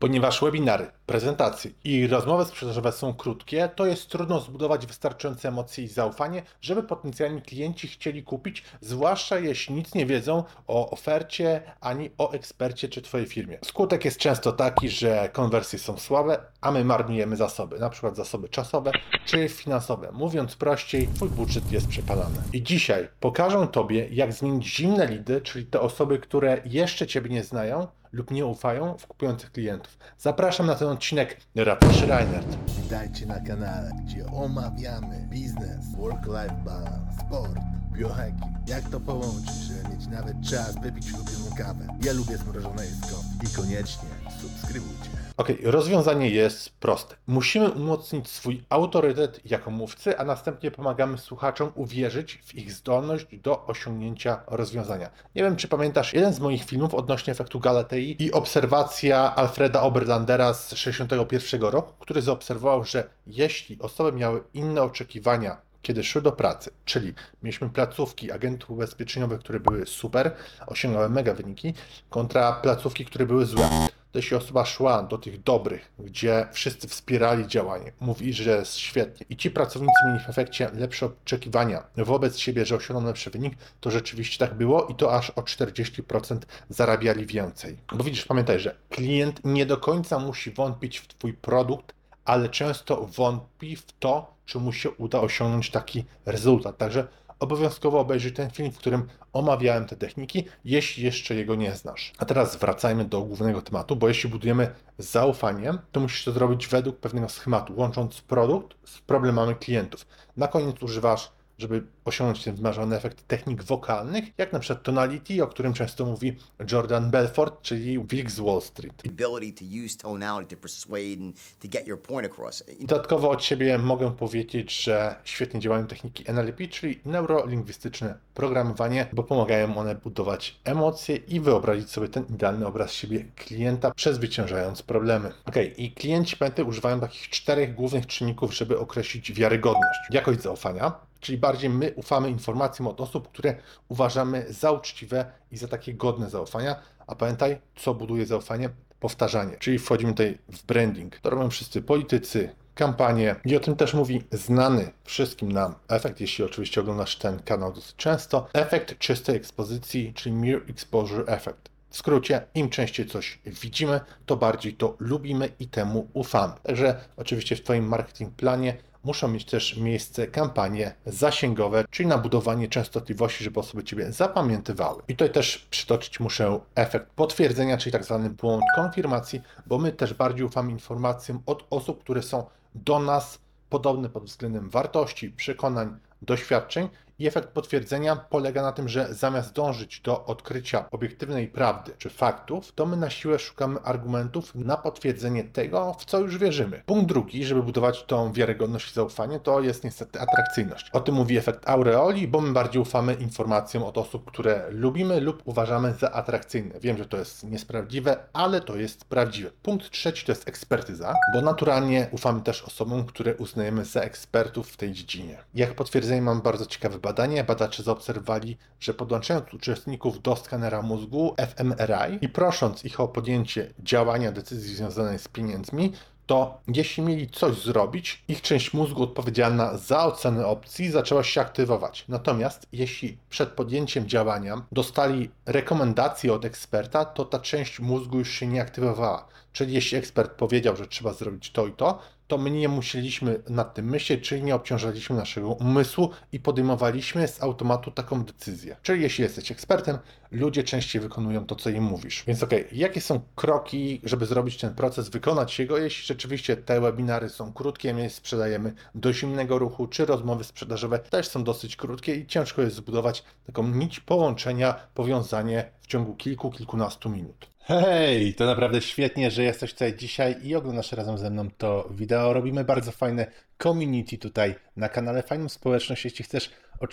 Ponieważ webinary, prezentacje i rozmowy sprzedażowe są krótkie, to jest trudno zbudować wystarczające emocje i zaufanie, żeby potencjalni klienci chcieli kupić, zwłaszcza jeśli nic nie wiedzą o ofercie ani o ekspercie czy Twojej firmie. Skutek jest często taki, że konwersje są słabe, a my marnujemy zasoby, na przykład zasoby czasowe czy finansowe. Mówiąc prościej, Twój budżet jest przepalany. I dzisiaj pokażę Tobie, jak zmienić zimne lidy, czyli te osoby, które jeszcze Ciebie nie znają, lub nie ufają w kupujących klientów. Zapraszam na ten odcinek, Rafał Schreiner. Witajcie na kanale, gdzie omawiamy biznes, work-life balance, sport, biohacking. Jak to połączyć, żeby mieć nawet czas wypić ulubioną kawę. Ja lubię zmrożone jedzko i koniecznie subskrybujcie. Rozwiązanie jest proste. Musimy umocnić swój autorytet jako mówcy, a następnie pomagamy słuchaczom uwierzyć w ich zdolność do osiągnięcia rozwiązania. Nie wiem, czy pamiętasz jeden z moich filmów odnośnie efektu Galatei i obserwacja Alfreda Oberlandera z 1961 roku, który zaobserwował, że jeśli osoby miały inne oczekiwania, kiedy szły do pracy, czyli mieliśmy placówki agentów ubezpieczeniowych, które były super, osiągały mega wyniki, kontra placówki, które były złe. To jeśli osoba szła do tych dobrych, gdzie wszyscy wspierali działanie, mówili, że jest świetnie i ci pracownicy mieli w efekcie lepsze oczekiwania wobec siebie, że osiągną lepszy wynik, to rzeczywiście tak było i to aż o 40% zarabiali więcej. Bo widzisz, pamiętaj, że klient nie do końca musi wątpić w Twój produkt, ale często wątpi w to, czy mu się uda osiągnąć taki rezultat. Także obowiązkowo obejrzyj ten film, w którym omawiałem te techniki, jeśli jeszcze jego nie znasz. A teraz wracajmy do głównego tematu, bo jeśli budujemy zaufanie, to musisz to zrobić według pewnego schematu, łącząc produkt z problemami klientów. Na koniec używasz, żeby osiągnąć ten wymarzony efekt, technik wokalnych, jak na przykład tonality, o którym często mówi Jordan Belfort, czyli Wilk z Wall Street. Ability to use tonality to persuade and to get your point across. Dodatkowo od siebie mogę powiedzieć, że świetnie działają techniki NLP, czyli neurolingwistyczne programowanie, bo pomagają one budować emocje i wyobrazić sobie ten idealny obraz siebie klienta, przezwyciężając problemy. I klienci, pamiętaj, używają takich 4 głównych czynników, żeby określić wiarygodność. Jakość zaufania, czyli bardziej my ufamy informacjom od osób, które uważamy za uczciwe i za takie godne zaufania. A pamiętaj, co buduje zaufanie? Powtarzanie, czyli wchodzimy tutaj w branding. To robią wszyscy politycy, kampanie i o tym też mówi znany wszystkim nam efekt, jeśli oczywiście oglądasz ten kanał dosyć często, efekt czystej ekspozycji, czyli Mere Exposure Effect. W skrócie, im częściej coś widzimy, to bardziej to lubimy i temu ufamy. Także oczywiście w Twoim marketing planie muszą mieć też miejsce kampanie zasięgowe, czyli na budowanie częstotliwości, żeby osoby Ciebie zapamiętywały. I tutaj też przytoczyć muszę efekt potwierdzenia, czyli tak zwany błąd konfirmacji, bo my też bardziej ufamy informacjom od osób, które są do nas podobne pod względem wartości, przekonań, doświadczeń. I efekt potwierdzenia polega na tym, że zamiast dążyć do odkrycia obiektywnej prawdy czy faktów, to my na siłę szukamy argumentów na potwierdzenie tego, w co już wierzymy. Punkt drugi, żeby budować tą wiarygodność i zaufanie, to jest niestety atrakcyjność. O tym mówi efekt aureoli, bo my bardziej ufamy informacjom od osób, które lubimy lub uważamy za atrakcyjne. Wiem, że to jest niesprawiedliwe, ale to jest prawdziwe. Punkt trzeci to jest ekspertyza, bo naturalnie ufamy też osobom, które uznajemy za ekspertów w tej dziedzinie. Jak potwierdzenie mam bardzo ciekawe badanie. Badacze zaobserwowali, że podłączając uczestników do skanera mózgu fMRI i prosząc ich o podjęcie działania, decyzji związanej z pieniędzmi, to jeśli mieli coś zrobić, ich część mózgu odpowiedzialna za ocenę opcji zaczęła się aktywować. Natomiast jeśli przed podjęciem działania dostali rekomendacje od eksperta, to ta część mózgu już się nie aktywowała. Czyli jeśli ekspert powiedział, że trzeba zrobić to i to my nie musieliśmy nad tym myśleć, czyli nie obciążaliśmy naszego umysłu i podejmowaliśmy z automatu taką decyzję. Czyli jeśli jesteś ekspertem, ludzie częściej wykonują to, co im mówisz. Więc jakie są kroki, żeby zrobić ten proces, wykonać jego, jeśli rzeczywiście te webinary są krótkie, my sprzedajemy do zimnego ruchu, czy rozmowy sprzedażowe też są dosyć krótkie i ciężko jest zbudować taką nić połączenia, powiązanie w ciągu kilkunastu minut. Hej, to naprawdę świetnie, że jesteś tutaj dzisiaj i oglądasz razem ze mną to wideo. Robimy bardzo fajne community tutaj na kanale, fajną społeczność. Jeśli chcesz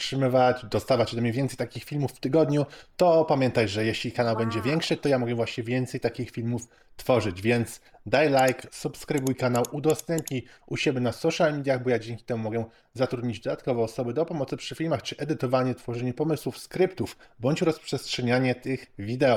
dostawać ode mnie więcej takich filmów w tygodniu, to pamiętaj, że jeśli kanał będzie większy, to ja mogę właśnie więcej takich filmów tworzyć, więc daj like, subskrybuj kanał, udostępnij u siebie na social mediach, bo ja dzięki temu mogę zatrudnić dodatkowe osoby do pomocy przy filmach, czy edytowanie, tworzenie pomysłów, skryptów, bądź rozprzestrzenianie tych wideo.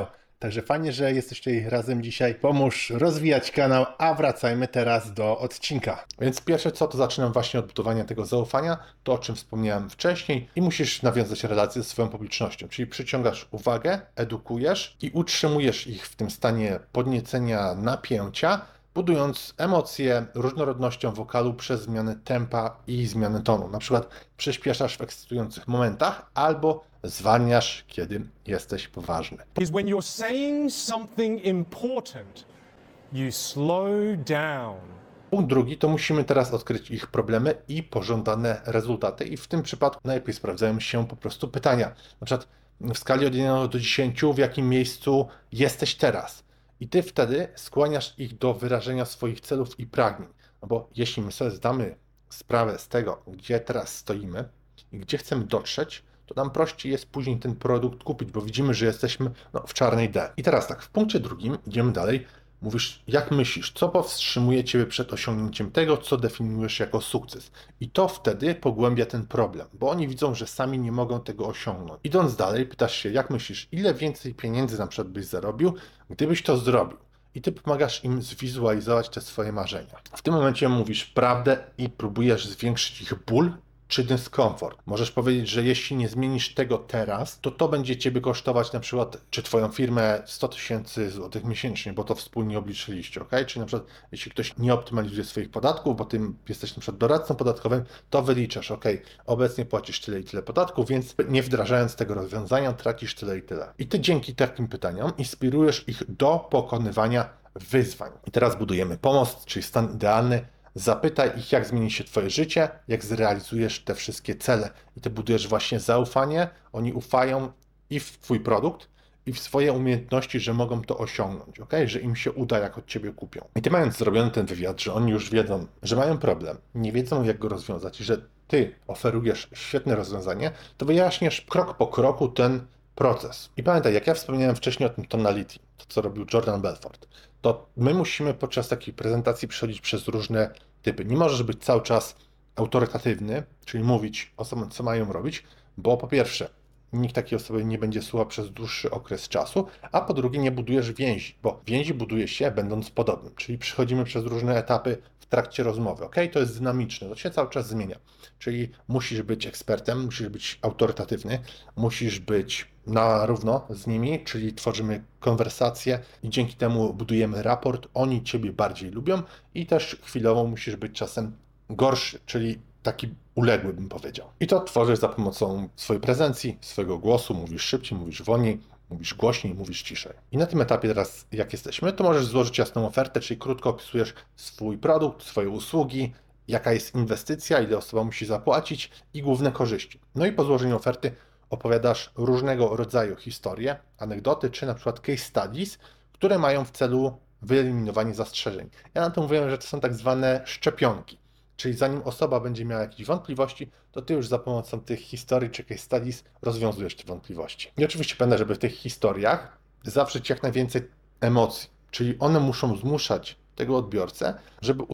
Także fajnie, że jesteście razem dzisiaj. Pomóż rozwijać kanał, a wracajmy teraz do odcinka. Więc pierwsze co, to zaczynam właśnie od budowania tego zaufania, to o czym wspomniałem wcześniej i musisz nawiązać relacje ze swoją publicznością, czyli przyciągasz uwagę, edukujesz i utrzymujesz ich w tym stanie podniecenia, napięcia, budując emocje różnorodnością wokalu przez zmianę tempa i zmianę tonu. Na przykład przyspieszasz w ekscytujących momentach albo zwalniasz, kiedy jesteś poważny. Is when you're saying something important, you slow down. Punkt drugi to musimy teraz odkryć ich problemy i pożądane rezultaty i w tym przypadku najlepiej sprawdzają się po prostu pytania. Na przykład w skali od 1 do 10 w jakim miejscu jesteś teraz? I ty wtedy skłaniasz ich do wyrażenia swoich celów i pragnień. No bo jeśli my sobie zdamy sprawę z tego, gdzie teraz stoimy i gdzie chcemy dotrzeć, to nam prościej jest później ten produkt kupić, bo widzimy, że jesteśmy w czarnej D. I teraz tak, w punkcie drugim idziemy dalej. Mówisz, jak myślisz, co powstrzymuje Ciebie przed osiągnięciem tego, co definiujesz jako sukces. I to wtedy pogłębia ten problem, bo oni widzą, że sami nie mogą tego osiągnąć. Idąc dalej, pytasz się, jak myślisz, ile więcej pieniędzy na przykład byś zarobił, gdybyś to zrobił. I Ty pomagasz im zwizualizować te swoje marzenia. W tym momencie mówisz prawdę i próbujesz zwiększyć ich ból czy dyskomfort. Możesz powiedzieć, że jeśli nie zmienisz tego teraz, to będzie Ciebie kosztować na przykład, czy Twoją firmę 100 000 złotych miesięcznie, bo to wspólnie obliczyliście, ok? Czyli na przykład, jeśli ktoś nie optymalizuje swoich podatków, bo Ty jesteś na przykład doradcą podatkowym, to wyliczasz, ok, obecnie płacisz tyle i tyle podatków, więc nie wdrażając tego rozwiązania, tracisz tyle i tyle. I Ty dzięki takim pytaniom inspirujesz ich do pokonywania wyzwań. I teraz budujemy pomost, czyli stan idealny. Zapytaj ich, jak zmieni się Twoje życie, jak zrealizujesz te wszystkie cele. I Ty budujesz właśnie zaufanie, oni ufają i w Twój produkt, i w swoje umiejętności, że mogą to osiągnąć, okay? Że im się uda, jak od Ciebie kupią. I Ty mając zrobiony ten wywiad, że oni już wiedzą, że mają problem, nie wiedzą, jak go rozwiązać i że Ty oferujesz świetne rozwiązanie, to wyjaśniasz krok po kroku ten proces. I pamiętaj, jak ja wspomniałem wcześniej o tym tonality, to co robił Jordan Belfort, to my musimy podczas takiej prezentacji przechodzić przez różne typy. Nie możesz być cały czas autorytatywny, czyli mówić osobom, co mają robić, bo po pierwsze, nikt takiej osoby nie będzie słuchał przez dłuższy okres czasu, a po drugie nie budujesz więzi, bo więzi buduje się będąc podobnym, czyli przechodzimy przez różne etapy w trakcie rozmowy, ok? To jest dynamiczne, to się cały czas zmienia, czyli musisz być ekspertem, musisz być autorytatywny, musisz być na równo z nimi, czyli tworzymy konwersację i dzięki temu budujemy raport, oni Ciebie bardziej lubią i też chwilowo musisz być czasem gorszy, czyli taki uległy, bym powiedział. I to tworzysz za pomocą swojej prezencji, swojego głosu, mówisz szybciej, mówisz wolniej, mówisz głośniej, mówisz ciszej. I na tym etapie teraz, jak jesteśmy, to możesz złożyć jasną ofertę, czyli krótko opisujesz swój produkt, swoje usługi, jaka jest inwestycja, ile osoba musi zapłacić i główne korzyści. No i po złożeniu oferty opowiadasz różnego rodzaju historie, anegdoty, czy na przykład case studies, które mają w celu wyeliminowanie zastrzeżeń. Ja na to mówiłem, że to są tak zwane szczepionki. Czyli zanim osoba będzie miała jakieś wątpliwości, to Ty już za pomocą tych historii czy case studies rozwiązujesz te wątpliwości. I oczywiście pamiętaj, żeby w tych historiach zawrzeć jak najwięcej emocji, czyli one muszą zmuszać tego odbiorcę, żeby...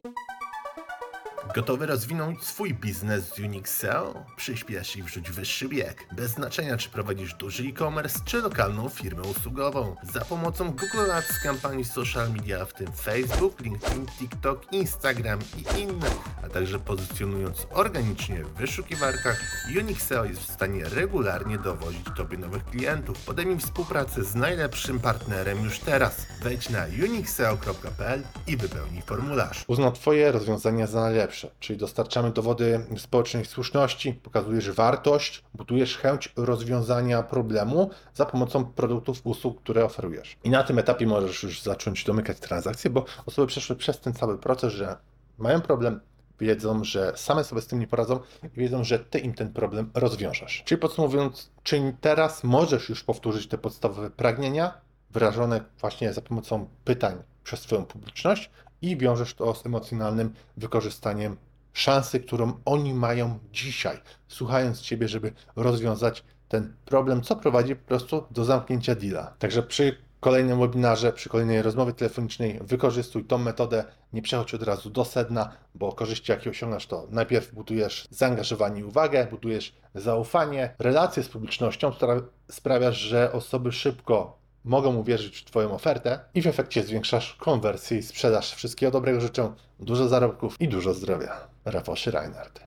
Gotowy rozwinąć swój biznes z Unix SEO? Przyspiesz i wrzuć wyższy bieg. Bez znaczenia, czy prowadzisz duży e-commerce, czy lokalną firmę usługową. Za pomocą Google Ads, kampanii social media, w tym Facebook, LinkedIn, TikTok, Instagram i inne, a także pozycjonując organicznie w wyszukiwarkach, Unix SEO jest w stanie regularnie dowozić Tobie nowych klientów. Podejmij współpracę z najlepszym partnerem już teraz. Wejdź na unixseo.pl i wypełnij formularz. Uzna Twoje rozwiązania za najlepsze. Czyli dostarczamy dowody społecznej słuszności, pokazujesz wartość, budujesz chęć rozwiązania problemu za pomocą produktów, usług, które oferujesz. I na tym etapie możesz już zacząć domykać transakcje, bo osoby przeszły przez ten cały proces, że mają problem, wiedzą, że same sobie z tym nie poradzą i wiedzą, że Ty im ten problem rozwiążesz. Czyli podsumowując, czy teraz możesz już powtórzyć te podstawowe pragnienia wyrażone właśnie za pomocą pytań przez Twoją publiczność i wiążesz to z emocjonalnym wykorzystaniem szansy, którą oni mają dzisiaj, słuchając Ciebie, żeby rozwiązać ten problem, co prowadzi po prostu do zamknięcia deala. Także przy kolejnym webinarze, przy kolejnej rozmowie telefonicznej wykorzystuj tą metodę, nie przechodź od razu do sedna, bo korzyści jakie osiągnasz, to najpierw budujesz zaangażowanie i uwagę, budujesz zaufanie, relacje z publicznością, która sprawia, że osoby szybko mogą uwierzyć w Twoją ofertę i w efekcie zwiększasz konwersję i sprzedaż. Wszystkiego dobrego życzę, dużo zarobków i dużo zdrowia. Rafał Schreiner.